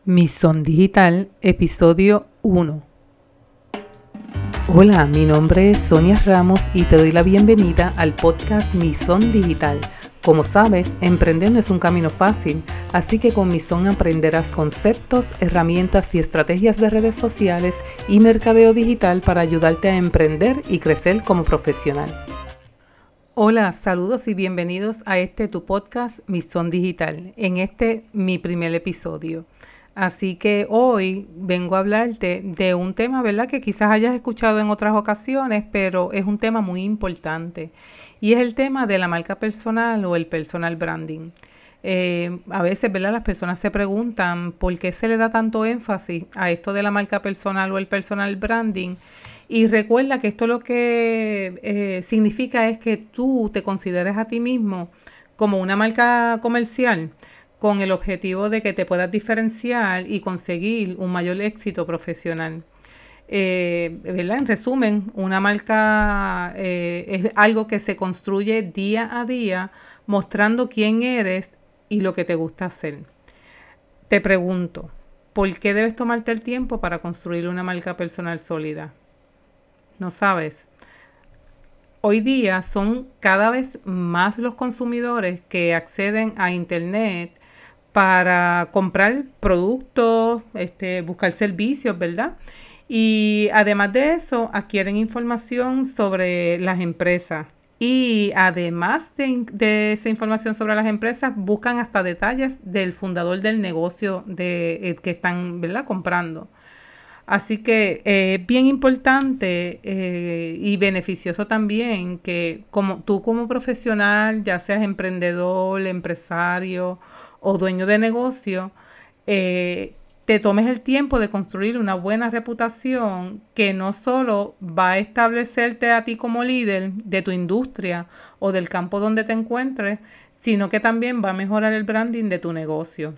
Misión Digital, episodio 1. Hola, mi nombre es Sonia Ramos y te doy la bienvenida al podcast Misión Digital. Como sabes, emprender no es un camino fácil, así que con Misión aprenderás conceptos, herramientas y estrategias de redes sociales y mercadeo digital para ayudarte a emprender y crecer como profesional. Hola, saludos y bienvenidos a tu podcast Misión Digital, en mi primer episodio. Así que hoy vengo a hablarte de un tema, ¿verdad?, que quizás hayas escuchado en otras ocasiones, pero es un tema muy importante y es el tema de la marca personal o el personal branding. A veces, ¿verdad?, las personas se preguntan por qué se le da tanto énfasis a esto de la marca personal o el personal branding. Y recuerda que esto lo que significa es que tú te consideres a ti mismo como una marca comercial con el objetivo de que te puedas diferenciar y conseguir un mayor éxito profesional. ¿Verdad? En resumen, una marca es algo que se construye día a día mostrando quién eres y lo que te gusta hacer. Te pregunto, ¿por qué debes tomarte el tiempo para construir una marca personal sólida? ¿No sabes? Hoy día son cada vez más los consumidores que acceden a Internet para comprar productos, buscar servicios, ¿verdad? Y además de eso, adquieren información sobre las empresas. Y además de esa información sobre las empresas, buscan hasta detalles del fundador del negocio que están, ¿verdad?, comprando. Así que es bien importante y beneficioso también que tú como profesional, ya seas emprendedor, empresario o dueño de negocio, te tomes el tiempo de construir una buena reputación que no solo va a establecerte a ti como líder de tu industria o del campo donde te encuentres, sino que también va a mejorar el branding de tu negocio.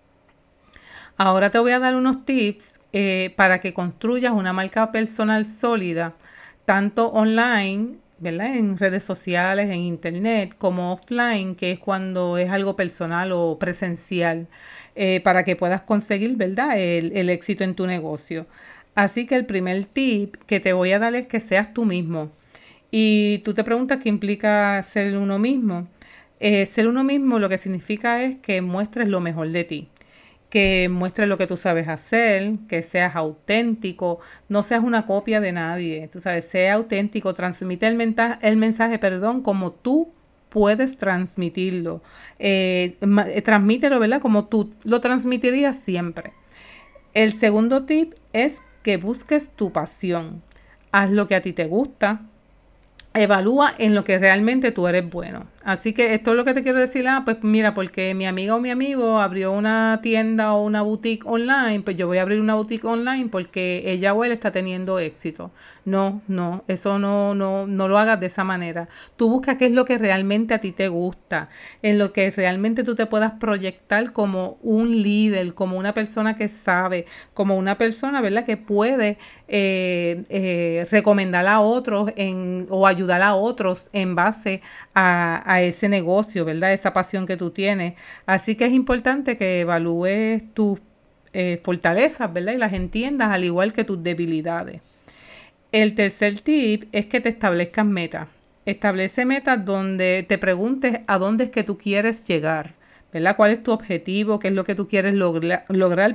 Ahora te voy a dar unos tips para que construyas una marca personal sólida, tanto online, ¿verdad?, en redes sociales, en internet, como offline, que es cuando es algo personal o presencial, para que puedas conseguir, ¿verdad?, el éxito en tu negocio. Así que el primer tip que te voy a dar es que seas tú mismo. Y tú te preguntas qué implica ser uno mismo. Ser uno mismo lo que significa es que muestres lo mejor de ti, que muestres lo que tú sabes hacer, que seas auténtico, no seas una copia de nadie, tú sabes, sea auténtico, transmite el mensaje, como tú puedes transmitirlo, transmítelo, ¿verdad?, como tú lo transmitirías siempre. El segundo tip es que busques tu pasión, haz lo que a ti te gusta, evalúa en lo que realmente tú eres bueno. Así que esto es lo que te quiero decir. Pues mira, porque mi amiga o mi amigo abrió una tienda o una boutique online, pues yo voy a abrir una boutique online porque ella o él está teniendo éxito. No, eso no lo hagas de esa manera. Tú busca qué es lo que realmente a ti te gusta, en lo que realmente tú te puedas proyectar como un líder, como una persona que sabe, como una persona, ¿verdad?, que puede recomendar a otros o ayudar a otros en base a ese negocio, ¿verdad?, esa pasión que tú tienes. Así que es importante que evalúes tus fortalezas, ¿verdad?, y las entiendas al igual que tus debilidades. El tercer tip es que te establezcas metas. Establece metas donde te preguntes a dónde es que tú quieres llegar, ¿verdad? ¿Cuál es tu objetivo? ¿Qué es lo que tú quieres lograr?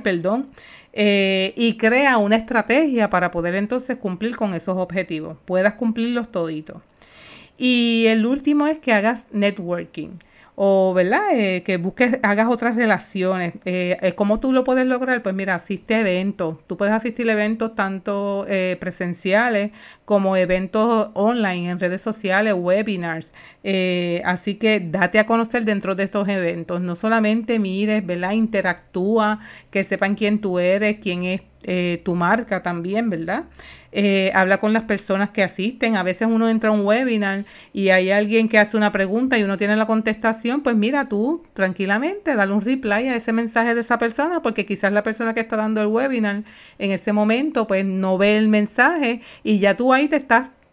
Y crea una estrategia para poder entonces cumplir con esos objetivos. Puedas cumplirlos toditos. Y el último es que hagas networking. O, ¿verdad?, que hagas otras relaciones. ¿Cómo tú lo puedes lograr? Pues mira, asiste a eventos. Tú puedes asistir a eventos tanto presenciales como eventos online en redes sociales, webinars. Así que date a conocer dentro de estos eventos. No solamente mires, ¿verdad?, interactúa, que sepan quién tú eres, quién es tu marca también, ¿verdad? Habla con las personas que asisten. A veces uno entra a un webinar y hay alguien que hace una pregunta y uno tiene la contestación. Pues mira, tú tranquilamente dale un reply a ese mensaje de esa persona, porque quizás la persona que está dando el webinar en ese momento pues no ve el mensaje y ya tú ahí te estás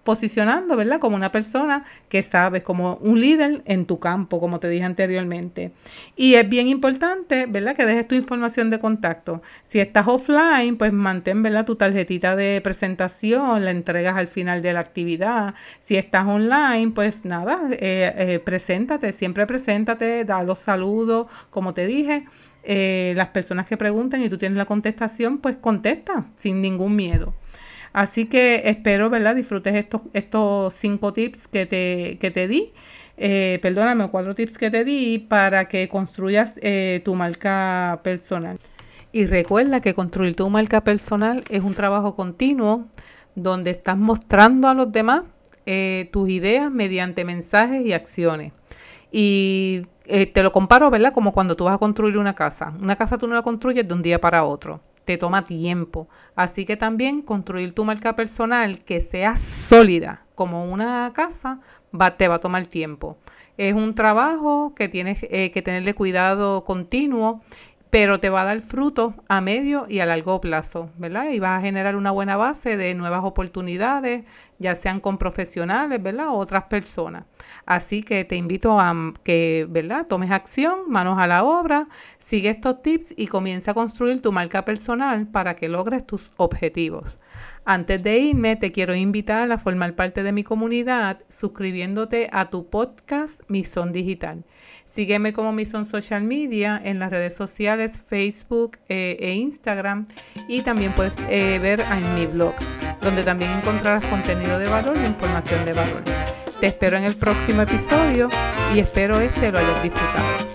posicionando, ¿verdad? Como una persona que sabes, como un líder en tu campo, como te dije anteriormente. Y es bien importante, ¿verdad? Que dejes tu información de contacto. Si estás offline, pues mantén, ¿verdad? Tu tarjetita de presentación, la entregas al final de la actividad. Si estás online, pues nada, preséntate, siempre preséntate, da los saludos, como te dije. Las personas que pregunten y tú tienes la contestación, pues contesta sin ningún miedo. Así que espero, ¿verdad? Disfrutes estos 5 tips que te di. 4 tips que te di para que construyas tu marca personal. Y recuerda que construir tu marca personal es un trabajo continuo donde estás mostrando a los demás tus ideas mediante mensajes y acciones. Y te lo comparo, ¿verdad? Como cuando tú vas a construir una casa. Una casa tú no la construyes de un día para otro. Te toma tiempo. Así que también construir tu marca personal que sea sólida como una casa te va a tomar tiempo. Es un trabajo que tienes que tenerle cuidado continuo, pero te va a dar frutos a medio y a largo plazo, ¿verdad? Y vas a generar una buena base de nuevas oportunidades, ya sean con profesionales, ¿verdad? O otras personas. Así que te invito a que, ¿verdad? Tomes acción, manos a la obra, sigue estos tips y comienza a construir tu marca personal para que logres tus objetivos. Antes de irme, te quiero invitar a formar parte de mi comunidad suscribiéndote a tu podcast Mison Digital. Sígueme como Mison Social Media en las redes sociales Facebook e Instagram, y también puedes ver en mi blog, donde también encontrarás contenido de valor e información de valor. Te espero en el próximo episodio y espero lo hayas disfrutado.